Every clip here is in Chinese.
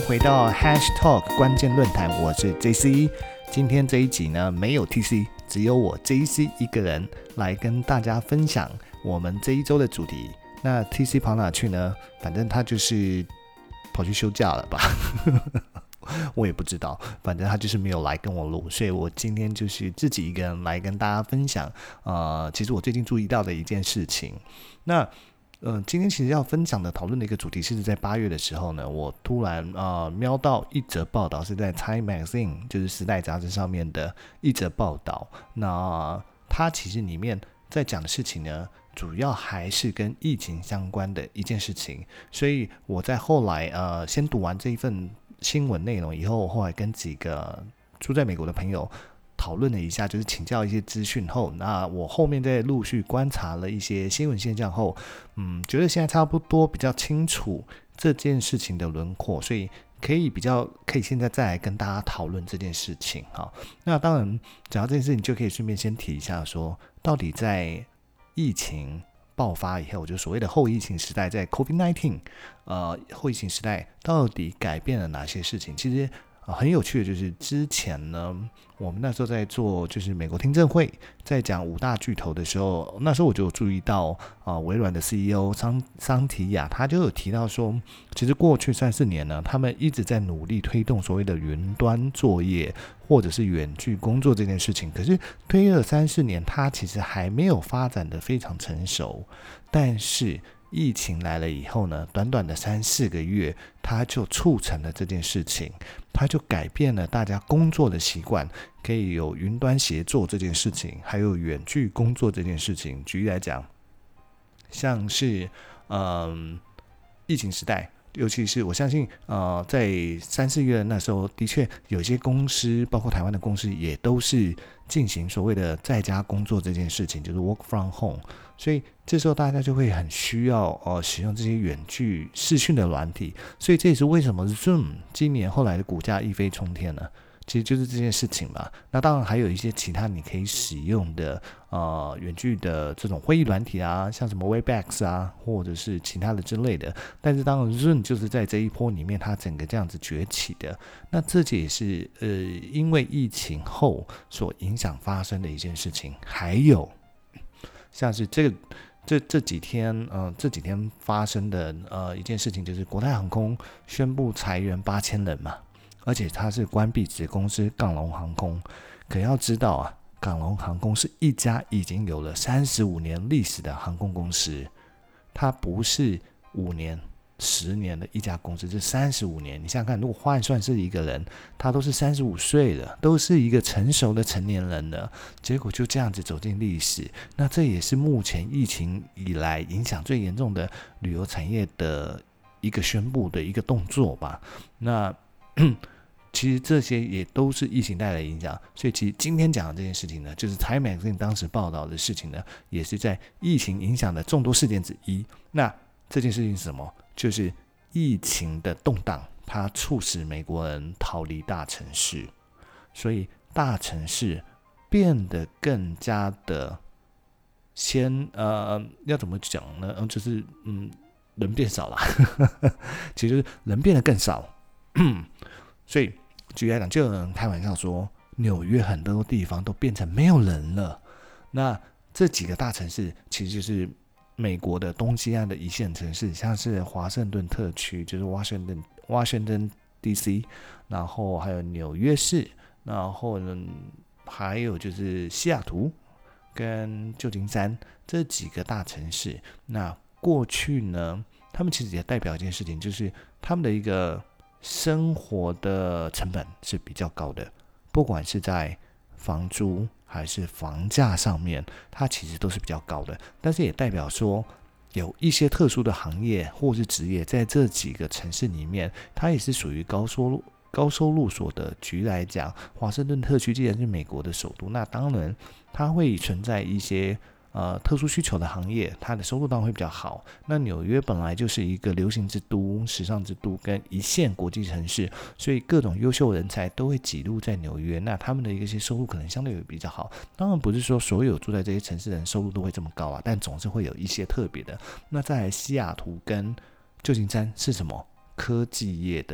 回到 #Talk 关键论坛，我是 JC。今天这一集呢，没有 TC， 只有我 JC 一个人来跟大家分享我们这一周的主题。那 TC 跑哪去呢？反正他就是跑去休假了吧。我也不知道，反正他就是没有来跟我录，所以我今天就是自己一个人来跟大家分享。其实我最近注意到的一件事情。那今天其实要分享的讨论的一个主题是在8月的时候呢，我突然瞄到一则报道，是在 Time Magazine 就是时代杂志上面的一则报道。那它其实里面在讲的事情呢，主要还是跟疫情相关的一件事情。所以我在后来先读完这一份新闻内容以后，后来跟几个住在美国的朋友讨论了一下，就是请教一些资讯后，那我后面再陆续观察了一些新闻现象后，觉得现在差不多比较清楚这件事情的轮廓，所以可以现在再来跟大家讨论这件事情。好，那当然讲到这件事情，就可以顺便先提一下说，到底在疫情爆发以后，就所谓的后疫情时代，在 COVID-19 后疫情时代到底改变了哪些事情？其实很有趣的就是之前呢，我们那时候在做就是美国听证会，在讲5大巨头的时候，那时候我就有注意到微软的 CEO 桑提亚，他就有提到说，其实过去3-4年呢，他们一直在努力推动所谓的云端作业或者是远距工作这件事情，可是推了3-4年，它其实还没有发展的非常成熟。但是疫情来了以后呢，短短的3-4个月，它就促成了这件事情，它就改变了大家工作的习惯，可以有云端协作这件事情，还有远距工作这件事情。举例来讲，像是疫情时代，尤其是我相信在3-4月那时候，的确有些公司，包括台湾的公司，也都是进行所谓的在家工作这件事情，就是 work from home。所以这时候大家就会很需要使用这些远距视讯的软体，所以这也是为什么 Zoom 今年后来的股价一飞冲天呢？其实就是这件事情嘛。那当然还有一些其他你可以使用的远距的这种会议软体啊，像什么 Webex 啊，或者是其他的之类的。但是当然 Zoom 就是在这一波里面它整个这样子崛起的。那这也是因为疫情后所影响发生的一件事情。还有像是这几天发生的一件事情，就是国泰航空宣布裁员8000人嘛，而且它是关闭子公司港龙航空。可要知道啊，港龙航空是一家已经有了35年历史的航空公司，它不是5年10年的一家公司，是35年。你想想看，如果换算是一个人，他都是35岁了，都是一个成熟的成年人了，结果就这样子走进历史。那这也是目前疫情以来影响最严重的旅游产业的一个宣布的一个动作吧。那其实这些也都是疫情带来的影响，所以其实今天讲的这件事情呢，就是 Time Magazine 当时报道的事情呢，也是在疫情影响的众多事件之一。那这件事情是什么？就是疫情的动荡，它促使美国人逃离大城市，所以大城市变得更加的要怎么讲呢？就是人变少了，其实就是人变得更少。所以举例来讲，就有人开玩笑说，纽约很多地方都变成没有人了。那这几个大城市其实就是美国的东西岸的一线城市，像是华盛顿特区，就是 Washington DC， 然后还有纽约市，然后呢还有就是西雅图跟旧金山这几个大城市。那过去呢，他们其实也代表一件事情，就是他们的一个生活的成本是比较高的，不管是在房租还是房价上面，它其实都是比较高的。但是也代表说，有一些特殊的行业或是职业，在这几个城市里面，它也是属于高收入所得。举例来讲，华盛顿特区既然是美国的首都，那当然它会存在一些特殊需求的行业，它的收入当然会比较好。那纽约本来就是一个流行之都、时尚之都跟一线国际城市，所以各种优秀人才都会挤入在纽约，那他们的一些收入可能相对比较好。当然不是说所有住在这些城市的人收入都会这么高啊，但总是会有一些特别的。那再来西雅图跟旧金山是什么？科技业的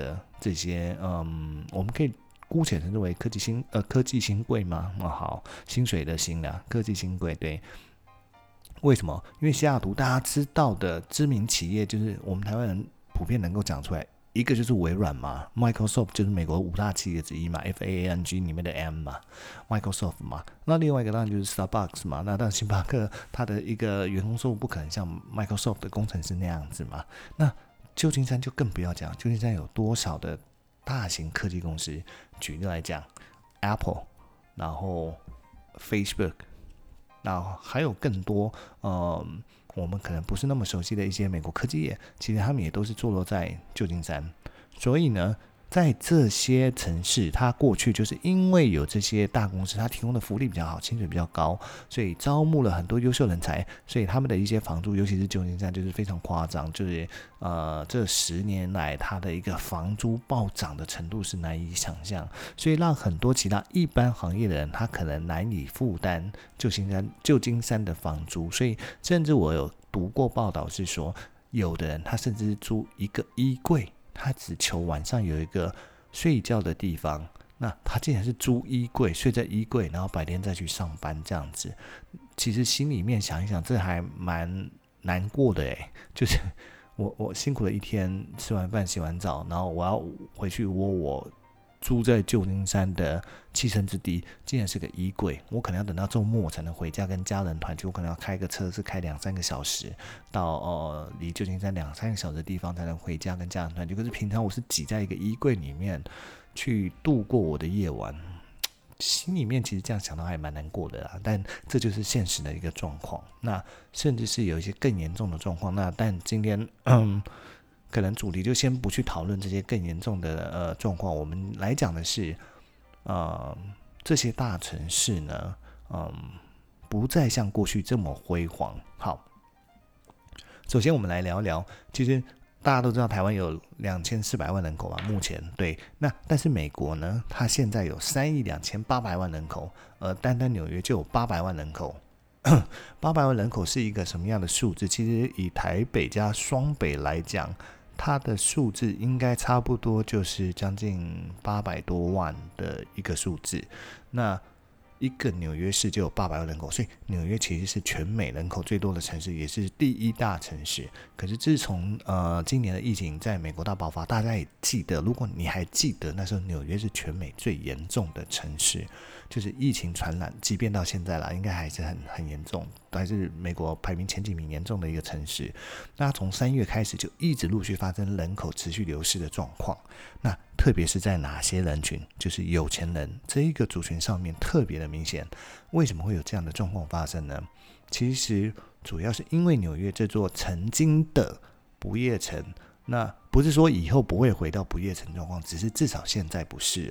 这些我们可以姑且称之为科技新贵嘛，好，薪水的薪啦，科技新贵，对。为什么？因为西雅图大家知道的知名企业，就是我们台湾人普遍能够讲出来，一个就是微软嘛 ，Microsoft 就是美国5大企业之一嘛 ，FAANG 里面的 M 嘛 ，Microsoft 嘛。那另外一个当然就是 Starbucks 嘛。那当然星巴克它的一个员工收入不可能像 Microsoft 的工程师那样子嘛。那旧金山就更不要讲，旧金山有多少的大型科技公司？举例来讲 ，Apple， 然后 Facebook。那还有更多，我们可能不是那么熟悉的一些美国科技业，其实他们也都是坐落在旧金山。所以呢，在这些城市，它过去就是因为有这些大公司，它提供的福利比较好，薪水比较高，所以招募了很多优秀人才，所以他们的一些房租，尤其是旧金山，就是非常夸张，就是这10年来它的一个房租暴涨的程度是难以想象，所以让很多其他一般行业的人，他可能难以负担旧金山的房租，所以甚至我有读过报道是说，有的人他甚至租一个衣柜。他只求晚上有一个睡觉的地方，那他竟然是租衣柜，睡在衣柜，然后白天再去上班这样子。其实心里面想一想，这还蛮难过的诶，就是我辛苦了一天，吃完饭洗完澡，然后我要回去我住在旧金山的栖身之地，竟然是个衣柜。我可能要等到周末才能回家跟家人团聚，我可能要开个车是开2-3个小时到离旧金山2-3个小时的地方才能回家跟家人团聚。可是平常我是挤在一个衣柜里面去度过我的夜晚，心里面其实这样想到还蛮难过的啦。但这就是现实的一个状况。那甚至是有一些更严重的状况。那但今天可能主题就先不去讨论这些更严重的状况，我们来讲的是，这些大城市呢，不再像过去这么辉煌。好，首先我们来聊聊，其实大家都知道台湾有2400万人口嘛，目前对，那但是美国呢，它现在有32800万人口，单单纽约就有800万人口。800万人口是一个什么样的数字？其实以台北加双北来讲，它的数字应该差不多就是将近800多万的一个数字。那一个纽约市就有800万人口，所以纽约其实是全美人口最多的城市，也是第1大城市。可是自从今年的疫情在美国大爆发，大家也记得，如果你还记得那时候纽约是全美最严重的城市，就是疫情传染，即便到现在啦，应该还是很严重，还是美国排名前几名严重的一个城市。那从3月开始就一直陆续发生人口持续流失的状况。那特别是在哪些人群，就是有钱人这一个族群上面特别的明显。为什么会有这样的状况发生呢？其实主要是因为纽约这座曾经的不夜城，那不是说以后不会回到不夜城状况，只是至少现在不是。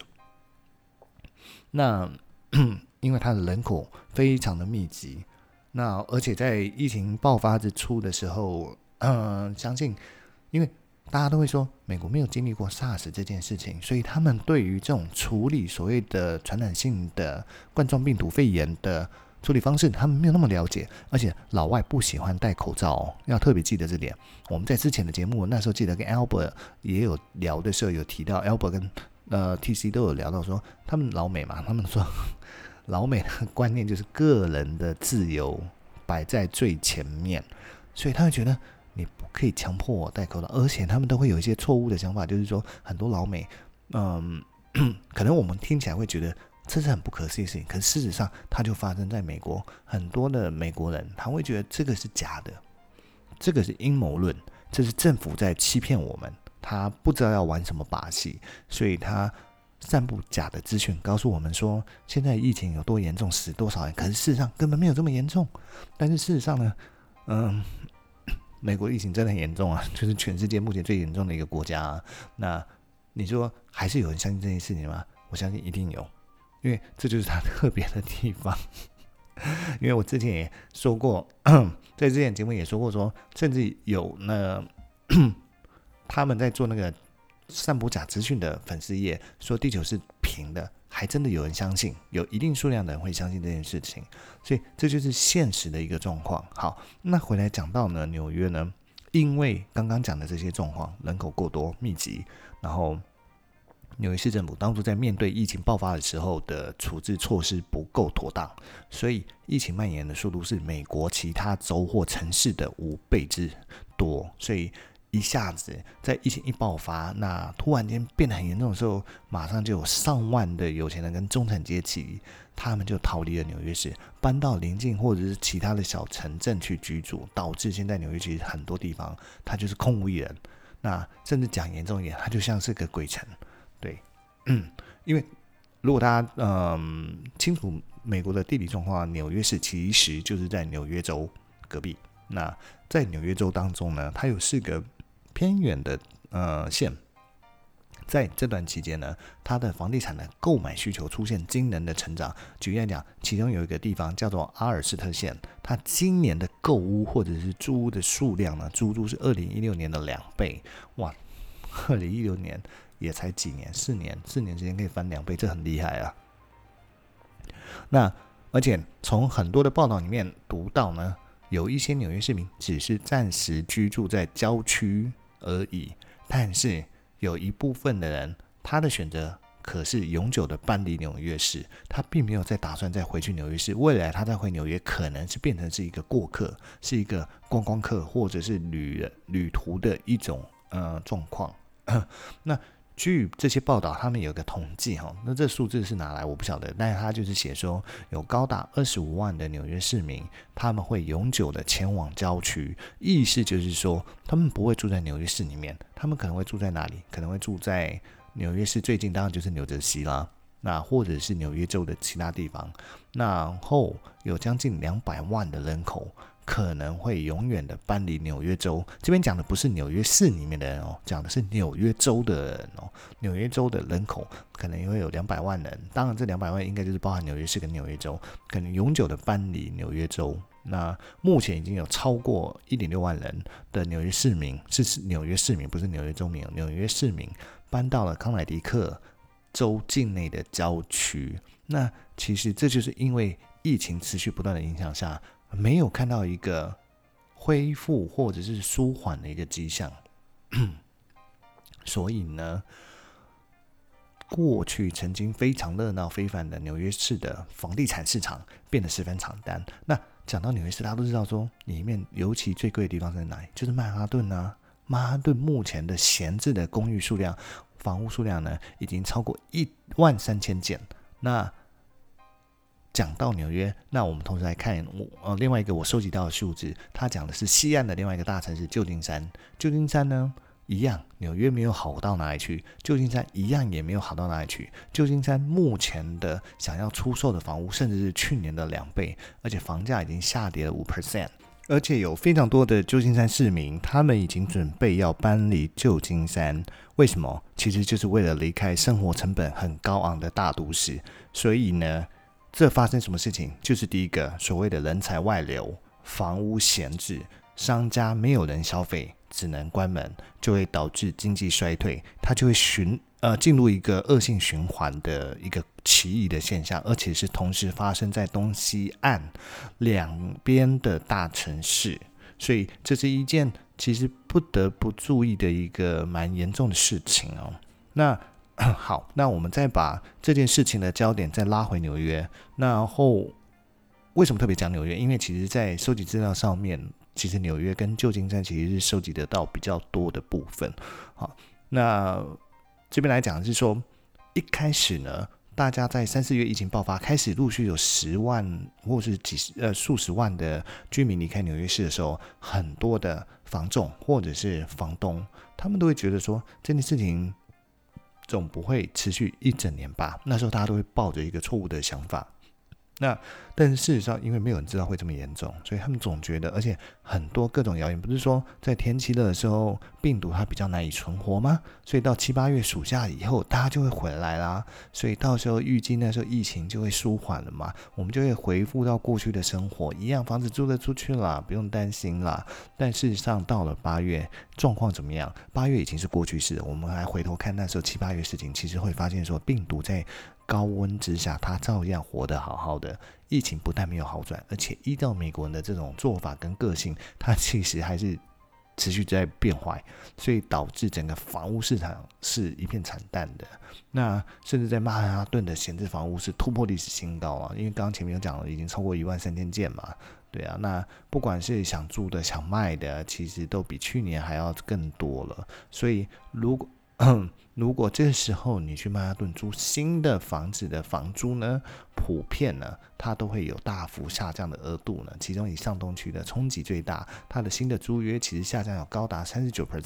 那因为它的人口非常的密集，那而且在疫情爆发之初的时候，相信因为大家都会说美国没有经历过 SARS 这件事情，所以他们对于这种处理所谓的传染性的冠状病毒肺炎的处理方式，他们没有那么了解。而且老外不喜欢戴口罩要特别记得这点。我们在之前的节目那时候记得跟 Albert 也有聊的时候有提到， Albert 跟TC 都有聊到说，他们老美嘛，他们说老美的观念就是个人的自由摆在最前面，所以他会觉得你不可以强迫我戴口罩，而且他们都会有一些错误的想法，就是说很多老美，可能我们听起来会觉得这是很不可思议的事情，可是事实上它就发生在美国。很多的美国人他会觉得这个是假的，这个是阴谋论，这是政府在欺骗我们，他不知道要玩什么把戏，所以他散布假的资讯，告诉我们说现在疫情有多严重，死多少人，可是事实上根本没有这么严重。但是事实上呢，美国疫情真的很严重啊，就是全世界目前最严重的一个国家啊。那你说还是有人相信这件事情吗？我相信一定有，因为这就是它特别的地方。因为我之前也说过，在之前节目也说过说，甚至有他们在做那个散播假资讯的粉丝页，说地球是平的，还真的有人相信，有一定数量的人会相信这件事情，所以这就是现实的一个状况。好，那回来讲到呢，纽约呢，因为刚刚讲的这些状况，人口过多密集，然后纽约市政府当初在面对疫情爆发的时候的处置措施不够妥当，所以疫情蔓延的速度是美国其他州或城市的5倍之多，所以一下子在疫情一爆发，那突然间变得很严重的时候，马上就有上万的有钱人跟中产阶级，他们就逃离了纽约市，搬到邻近或者是其他的小城镇去居住，导致现在纽约其实很多地方它就是空无一人，那甚至讲严重一点，它就像是个鬼城。对，因为如果大家清楚美国的地理状况，纽约市其实就是在纽约州隔壁。那在纽约州当中呢，它有4个偏远的县，在这段期间呢，它的房地产的购买需求出现惊人的成长。举例来讲，其中有一个地方叫做阿尔斯特县，它今年的购屋或者是租屋的数量呢，租是2016年的2倍。哇，2016年也才几年，4年之间可以翻2倍，这很厉害啊。那而且从很多的报道里面读到呢，有一些纽约市民只是暂时居住在郊区而已，但是有一部分的人，他的选择可是永久的搬离纽约市，他并没有再打算再回去纽约市，未来他再回纽约可能是变成是一个过客，是一个观光客或者是旅途的一种状况。那据这些报道，他们有一个统计，那这数字是哪来我不晓得，但是他就是写说有高达25万的纽约市民，他们会永久的前往郊区，意思就是说他们不会住在纽约市里面，他们可能会住在哪里？可能会住在纽约市最近当然就是纽泽西啦，那或者是纽约州的其他地方，然后有将近200万的人口可能会永远的搬离纽约州。这边讲的不是纽约市里面的人哦，讲的是纽约州的人哦。纽约州的人口可能也会有200万人，当然这200万应该就是包含纽约市跟纽约州，可能永久的搬离纽约州。那目前已经有超过1.6万人的纽约市民，是纽约市民，不是纽约州民，纽约市民搬到了康乃狄克州境内的郊区。那其实这就是因为疫情持续不断的影响下，没有看到一个恢复或者是舒缓的一个迹象，所以呢，过去曾经非常热闹非凡的纽约市的房地产市场变得十分惨淡。那讲到纽约市，大家都知道说，里面尤其最贵的地方在哪里？就是曼哈顿啊。曼哈顿目前的闲置的公寓数量、房屋数量呢，已经超过13000件。那讲到纽约，那我们同时来看另外一个我收集到的数字，它讲的是西岸的另外一个大城市旧金山。旧金山呢，一样，纽约没有好到哪里去，旧金山一样也没有好到哪里去。旧金山目前的想要出售的房屋，甚至是去年的2倍，而且房价已经下跌了5%。而且有非常多的旧金山市民，他们已经准备要搬离旧金山。为什么？其实就是为了离开生活成本很高昂的大都市。所以呢，这发生什么事情？就是第一个所谓的人才外流、房屋闲置、商家没有人消费，只能关门，就会导致经济衰退，它就会进入一个恶性循环的一个奇异的现象，而且是同时发生在东西岸两边的大城市，所以这是一件其实不得不注意的一个蛮严重的事情哦。那好，那我们再把这件事情的焦点再拉回纽约，然后为什么特别讲纽约？因为其实在收集资料上面，其实纽约跟旧金山其实是收集得到比较多的部分。好，那这边来讲是说，一开始呢，大家在3、4月疫情爆发，开始陆续有10万或是数十万的居民离开纽约市的时候，很多的房仲或者是房东，他们都会觉得说，这件事情总不会持续1整年吧？那时候大家都会抱着一个错误的想法。但是事实上，因为没有人知道会这么严重，所以他们总觉得，而且很多各种谣言，不是说在天气热的时候病毒它比较难以存活吗？所以到7、8月暑假以后，大家就会回来啦，所以到时候预计那时候疫情就会舒缓了嘛，我们就会恢复到过去的生活一样，房子租得出去啦，不用担心啦。但事实上到了8月，状况怎么样？8月已经是过去式了，我们还回头看那时候7、8月事情，其实会发现说病毒在高温之下，它照样活得好好的。疫情不但没有好转，而且依照美国人的这种做法跟个性，它其实还是持续在变坏，所以导致整个房屋市场是一片惨淡的。那甚至在曼哈顿的闲置房屋是突破历史新高啊，因为刚刚前面有讲了，已经超过13000件嘛。对啊，那不管是想住的、想卖的，其实都比去年还要更多了。所以如果这时候你去曼哈顿租新的房子的房租呢，普遍呢它都会有大幅下降的额度呢。其中以上东区的冲击最大，它的新的租约其实下降有高达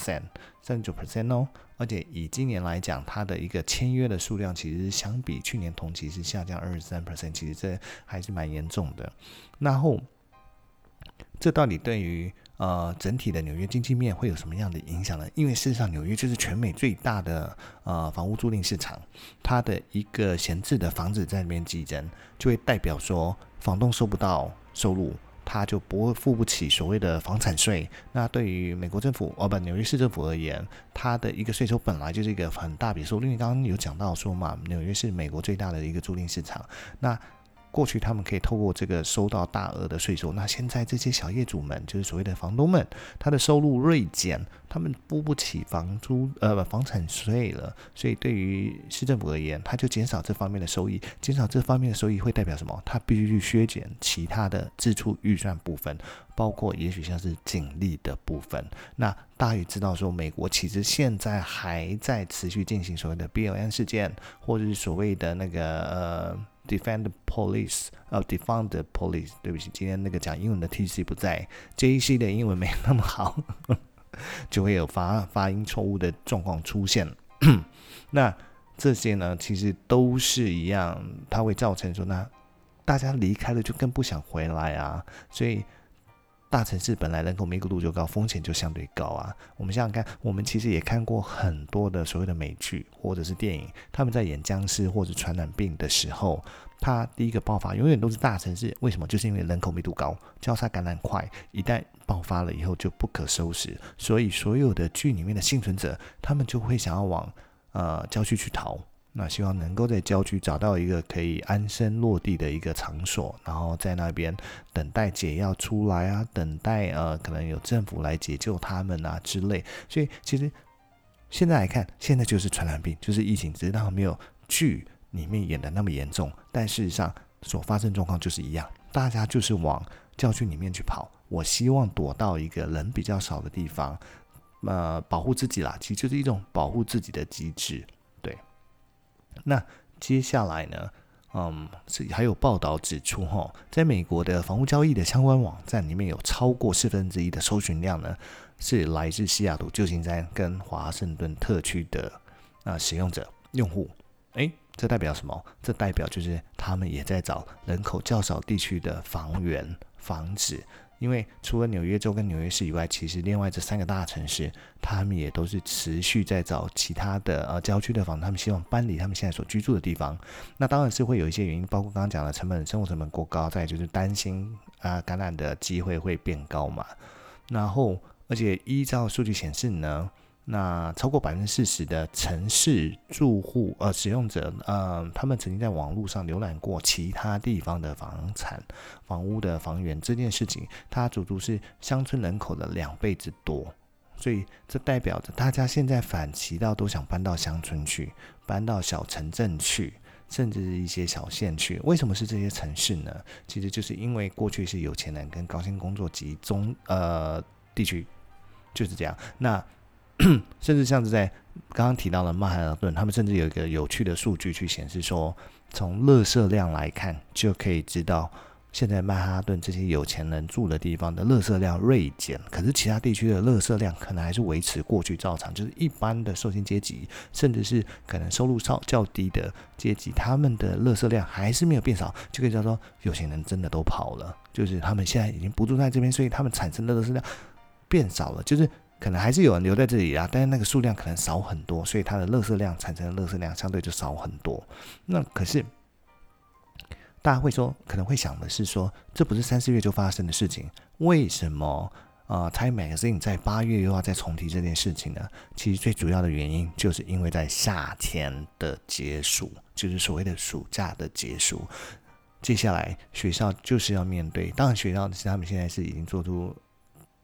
39% 哦。而且以今年来讲，它的一个签约的数量其实相比去年同期是下降 23%， 其实这还是蛮严重的。然后这到底对于整体的纽约经济面会有什么样的影响呢？因为事实上纽约就是全美最大的房屋租赁市场，它的一个闲置的房子在那边激增，就会代表说房东收不到收入，他就不会付不起所谓的房产税。那对于美国政府纽约市政府而言，它的一个税收本来就是一个很大笔收入，因为刚刚有讲到说嘛，纽约是美国最大的一个租赁市场，那过去他们可以透过这个收到大额的税收，那现在这些小业主们，就是所谓的房东们，他的收入锐减，他们付不起房产税了，所以对于市政府而言，他就减少这方面的收益，减少这方面的收益会代表什么？他必须去削减其他的支出预算部分，包括也许像是警力的部分。那大家也知道说，美国其实现在还在持续进行所谓的 BLM 事件，或者是所谓的那个Defund the Police， 对不起，今天那个讲英文的 TC 不在， JC 的英文没那么好就会有发音错误的状况出现那这些呢其实都是一样，它会造成说那大家离开了就更不想回来啊，所以大城市本来人口密度就高，风险就相对高啊。我们想想看，我们其实也看过很多的所谓的美剧或者是电影，他们在演僵尸或者传染病的时候，它第一个爆发永远都是大城市，为什么？就是因为人口密度高，交叉感染快，一旦爆发了以后就不可收拾，所以所有的剧里面的幸存者，他们就会想要往郊区去逃。那希望能够在郊区找到一个可以安身落地的一个场所，然后在那边等待解药出来啊，等待可能有政府来解救他们啊之类。所以其实现在来看，现在就是传染病，就是疫情，只是它没有剧里面演的那么严重，但事实上所发生状况就是一样，大家就是往郊区里面去跑。我希望躲到一个人比较少的地方，保护自己啦，其实就是一种保护自己的机制。对。那接下来呢，还有报道指出，在美国的房屋交易的相关网站里面，有超过1/4的搜寻量呢，是来自西雅图、旧金山跟华盛顿特区的使用者用户。这代表什么？这代表就是他们也在找人口较少地区的房子。因为除了纽约州跟纽约市以外，其实另外这3个大城市，他们也都是持续在找其他的郊区的房子，他们希望搬离他们现在所居住的地方。那当然是会有一些原因，包括刚刚讲的生活成本过高，再来就是担心感染的机会会变高嘛。然后而且依照数据显示呢，那超过 40% 的城市住户使用者他们曾经在网络上浏览过其他地方的房屋的房源，这件事情它足足是乡村人口的2倍之多。所以这代表着大家现在反其道都想搬到乡村去，搬到小城镇去，甚至是一些小县去。为什么是这些城市呢？其实就是因为过去是有钱人跟高薪工作集中地区，就是这样。那甚至像是在刚刚提到的曼哈顿，他们甚至有一个有趣的数据去显示说，从垃圾量来看就可以知道，现在曼哈顿这些有钱人住的地方的垃圾量锐减，可是其他地区的垃圾量可能还是维持过去照常，就是一般的受薪阶级，甚至是可能收入较低的阶级，他们的垃圾量还是没有变少，就可以叫做有钱人真的都跑了，就是他们现在已经不住在这边，所以他们产生的垃圾量变少了，就是可能还是有人留在这里啊，但是那个数量可能少很多，所以它的垃圾量产生的垃圾量相对就少很多。那可是大家可能会想的是说，这不是3、4月就发生的事情，为什么Time Magazine 在8月又要再重提这件事情呢？其实最主要的原因就是因为在夏天的结束，就是所谓的暑假的结束，接下来学校就是要面对，当然学校他们现在是已经做出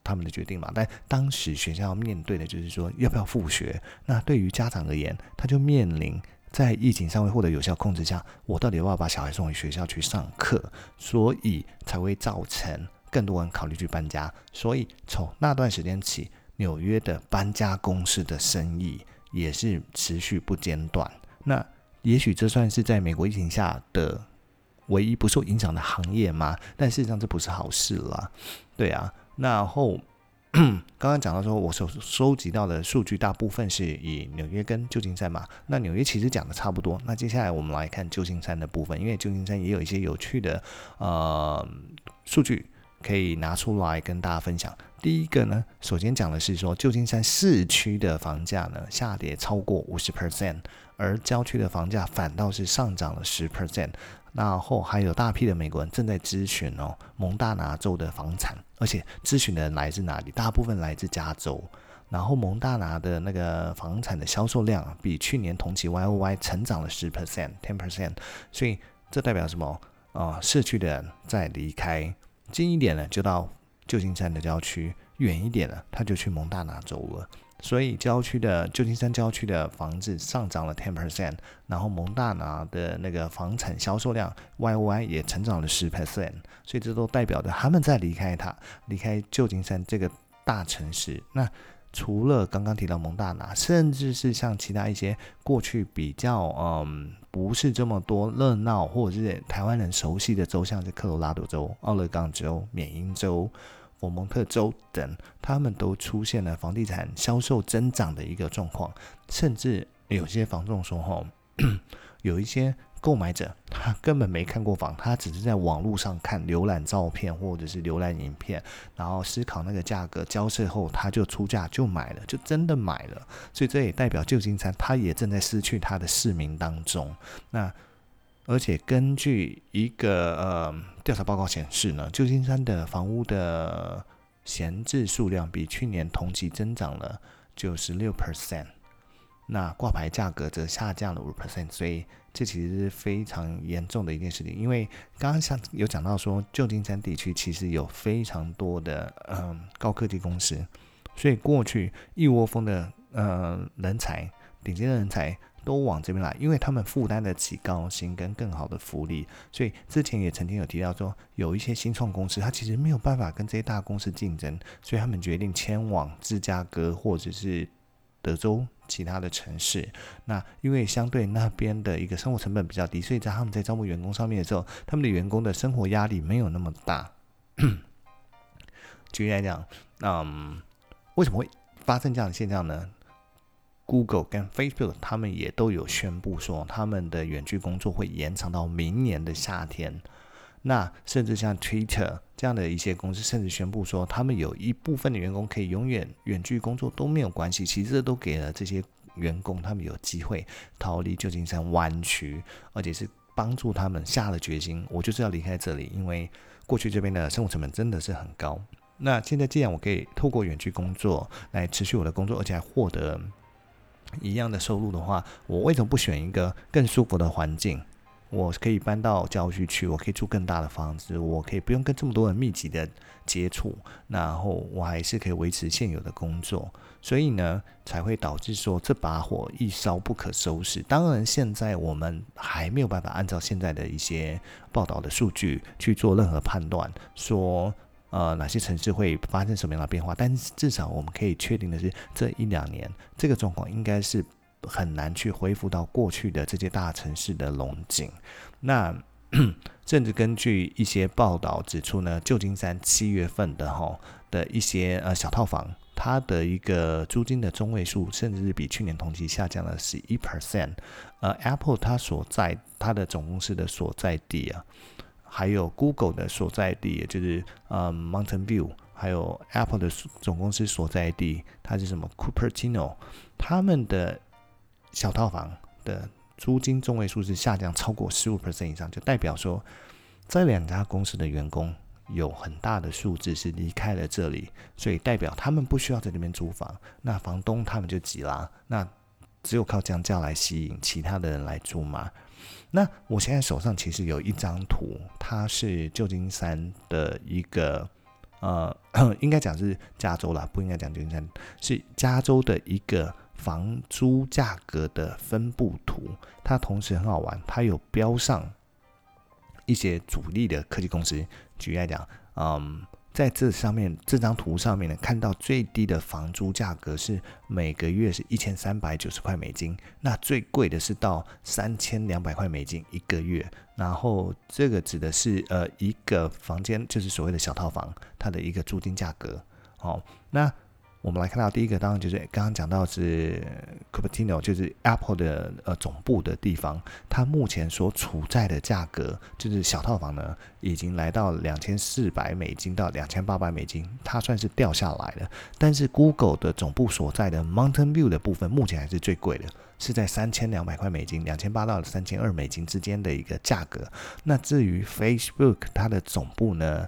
他们的决定嘛。但当时学校面对的就是说要不要复学，那对于家长而言，他就面临在疫情尚未获得有效控制下，我到底要不要把小孩送回学校去上课，所以才会造成更多人考虑去搬家。所以从那段时间起，纽约的搬家公司的生意也是持续不间断。那也许这算是在美国疫情下的唯一不受影响的行业吗？但事实上这不是好事啦。对啊，然后刚刚讲到说我收集到的数据大部分是以纽约跟旧金山嘛，那纽约其实讲的差不多，那接下来我们来看旧金山的部分，因为旧金山也有一些有趣的数据可以拿出来跟大家分享。第一个呢，首先讲的是说旧金山市区的房价呢下跌超过 50%， 而郊区的房价反倒是上涨了 10%。然后还有大批的美国人正在咨询蒙大拿州的房产，而且咨询的人来自哪里？大部分来自加州。然后蒙大拿的那个房产的销售量比去年同期 YOY 成长了 10%， 所以这代表什么？市区的人在离开，近一点呢就到旧金山的郊区，远一点呢他就去蒙大拿州了。所以旧金山郊区的房子上涨了 10%， 然后蒙大拿的那个房产销售量 YOY 也成长了 10%， 所以这都代表着他们在离开旧金山这个大城市。那除了刚刚提到蒙大拿，甚至是像其他一些过去比较不是这么多热闹或者是台湾人熟悉的州，像是科罗拉多州、奥勒冈州、缅因州、佛蒙特州等，他们都出现了房地产销售增长的一个状况。甚至有些房仲说有一些购买者他根本没看过房，他只是在网络上看浏览照片或者是浏览影片，然后思考那个价格，交涉后他就出价就买了，就真的买了。所以这也代表旧金山他也正在失去他的市民当中。那而且根据一个调查报告显示呢，旧金山的房屋的闲置数量比去年同期增长了 96%， 那挂牌价格则下降了 5%， 所以这其实是非常严重的一件事情。因为刚刚有讲到说旧金山地区其实有非常多的高科技公司，所以过去一窝蜂的人才，顶尖的人才都往这边来，因为他们负担得起高薪跟更好的福利。所以之前也曾经有提到说，有一些新创公司它其实没有办法跟这些大公司竞争，所以他们决定迁往芝加哥或者是德州其他的城市。那因为相对那边的一个生活成本比较低，所以在他们在招募员工上面的时候，他们的员工的生活压力没有那么大。举例来讲，为什么会发生这样的现象呢？Google 跟 Facebook 他们也都有宣布说，他们的远距工作会延长到明年的夏天。那甚至像 Twitter 这样的一些公司，甚至宣布说，他们有一部分的员工可以永远远距工作都没有关系。其实这都给了这些员工他们有机会逃离旧金山湾区，而且是帮助他们下了决心，我就是要离开这里，因为过去这边的生活成本真的是很高。那现在既然我可以透过远距工作来持续我的工作，而且还获得一样的收入的话，我为什么不选一个更舒服的环境？我可以搬到郊区去，我可以住更大的房子，我可以不用跟这么多人密集的接触，然后我还是可以维持现有的工作。所以呢，才会导致说这把火一烧不可收拾。当然现在我们还没有办法按照现在的一些报道的数据去做任何判断，说哪些城市会发生什么样的变化，但是至少我们可以确定的是，这一两年这个状况应该是很难去恢复到过去的这些大城市的荣景。那甚至根据一些报道指出呢，旧金山7月份的一些小套房，它的一个租金的中位数甚至是比去年同期下降了 11%。Apple 它的总公司的所在地啊，还有 Google 的所在地，也就是Mountain View， 还有 Apple 的总公司所在地，它是什么 Cupertino， 他们的小套房的租金中位数是下降超过 15% 以上，就代表说这两家公司的员工有很大的数字是离开了这里，所以代表他们不需要在这边租房，那房东他们就急啦，那只有靠降价来吸引其他的人来租嘛。那我现在手上其实有一张图，它是旧金山的一个应该讲是加州啦，不应该讲旧金山，是加州的一个房租价格的分布图。它同时很好玩，它有标上一些主力的科技公司。举例来讲，在这张图上面呢，看到最低的房租价格是每个月是1390块美金，那最贵的是到3200块美金一个月。然后这个指的是一个房间，就是所谓的小套房，它的一个租金价格。那我们来看到第一个，当然就是刚刚讲到是 Cupertino， 就是 Apple 的总部的地方，它目前所处在的价格，就是小套房呢，已经来到2400美金到2800美金，它算是掉下来了。但是 Google 的总部所在的 Mountain View 的部分，目前还是最贵的，是在3200块美金，2800到3200美金之间的一个价格。那至于 Facebook 它的总部呢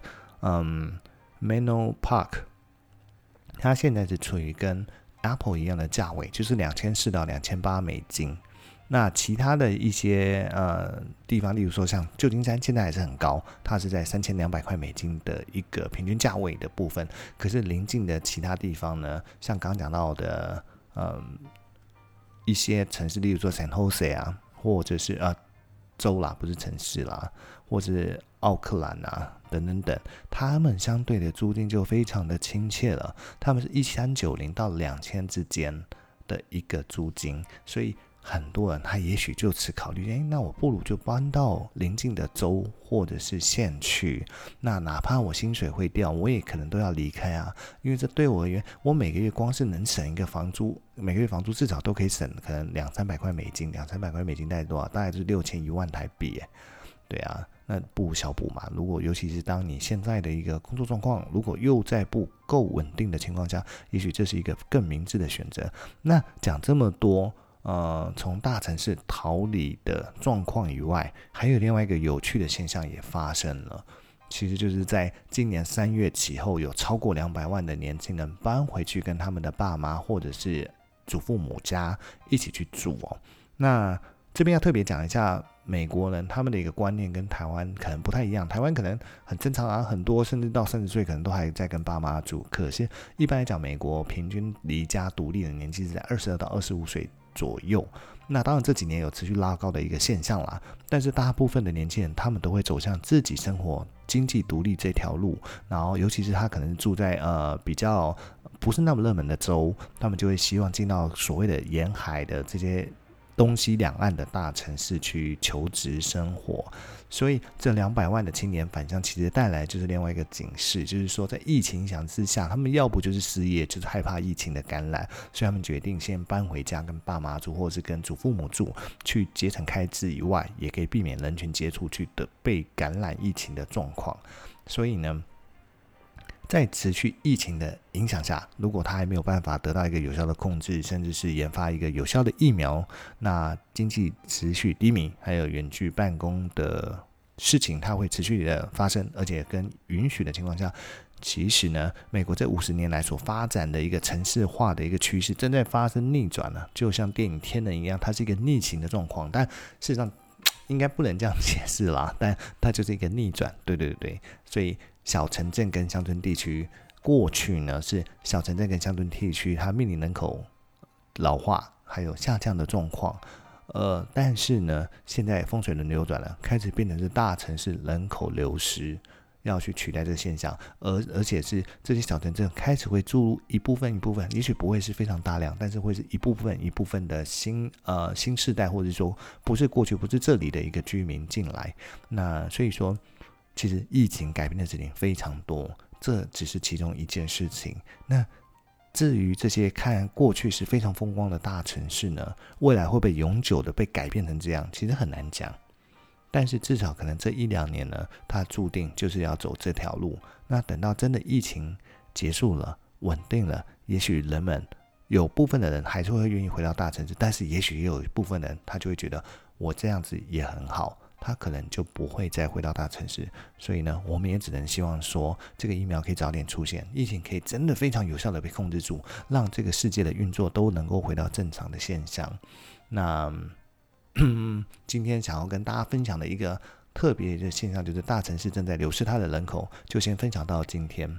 ，Menlo Park，它现在是处于跟 Apple 一样的价位，就是2400到2800美金。那其他的一些地方，例如说像旧金山，现在还是很高，它是在3200块美金的一个平均价位的部分。可是邻近的其他地方呢，像刚刚讲到的一些城市，例如说 San Jose 啊，或者是州啦，不是城市啦，或是奥克兰啊等等等，他们相对的租金就非常的亲切了，他们是1390到2000之间的一个租金。所以很多人他也许就此考虑，那我不如就搬到邻近的州或者是县去，那哪怕我薪水会掉，我也可能都要离开啊，因为这对我而言，我每个月光是能省一个房租，每个月房租至少都可以省可能200-300块美金，200-300块美金大概多少？大概就是6000-10000台币耶。对啊，那不小补嘛。如果尤其是当你现在的一个工作状况，如果又在不够稳定的情况下，也许这是一个更明智的选择。那讲这么多，从大城市逃离的状况以外，还有另外一个有趣的现象也发生了。其实就是在今年3月起后，有超过200万的年轻人搬回去跟他们的爸妈或者是祖父母家一起去住哦。那这边要特别讲一下，美国人他们的一个观念跟台湾可能不太一样。台湾可能很正常啊，很多甚至到30岁可能都还在跟爸妈住。可是一般来讲，美国平均离家独立的年纪是在22到25岁左右。那当然这几年有持续拉高的一个现象啦，但是大部分的年轻人他们都会走向自己生活、经济独立这条路。然后尤其是他可能住在比较不是那么热门的州，他们就会希望进到所谓的沿海的这些东西两岸的大城市去求职生活。所以这200万的青年返乡其实带来就是另外一个警示，就是说在疫情影响之下，他们要不就是失业，就是害怕疫情的感染，所以他们决定先搬回家跟爸妈住，或者是跟祖父母住，去节省开支以外，也可以避免人群接触去的被感染疫情的状况。所以呢，在持续疫情的影响下，如果他还没有办法得到一个有效的控制，甚至是研发一个有效的疫苗，那经济持续低迷，还有远距办公的事情它会持续的发生，而且跟允许的情况下，其实呢，美国这50年来所发展的一个城市化的一个趋势正在发生逆转了，就像电影《天能》一样，它是一个逆行的状况，但事实上应该不能这样解释啦，但它就是一个逆转，对，所以小城镇跟乡村地区，过去呢是小城镇跟乡村地区它面临人口老化还有下降的状况，但是呢现在风水轮流转了，开始变成是大城市人口流失要去取代这个现象，而且是这些小城镇开始会注入一部分，也许不会是非常大量，但是会是一部分的新世代，或者说不是过去不是这里的一个居民进来。那所以说其实疫情改变的事情非常多，这只是其中一件事情。那至于这些看过去是非常风光的大城市呢，未来会不会永久的被改变成这样，其实很难讲。但是至少可能这1-2年呢，它注定就是要走这条路。那等到真的疫情结束了，稳定了，也许人们有部分的人还是会愿意回到大城市，但是也许也有一部分人他就会觉得我这样子也很好，他可能就不会再回到大城市。所以呢，我们也只能希望说这个疫苗可以早点出现，疫情可以真的非常有效的被控制住，让这个世界的运作都能够回到正常的现象。那今天想要跟大家分享的一个特别的现象，就是大城市正在流失它的人口，就先分享到今天。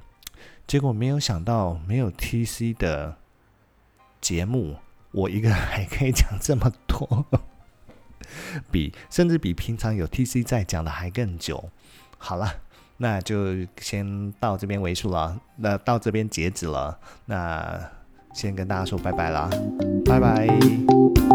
结果没有想到没有 TC 的节目，我一个人还可以讲这么多，甚至比平常有 TC 在讲的还更久。好了，那就先到这边为数了，那到这边截止了，那先跟大家说拜拜啦，拜拜。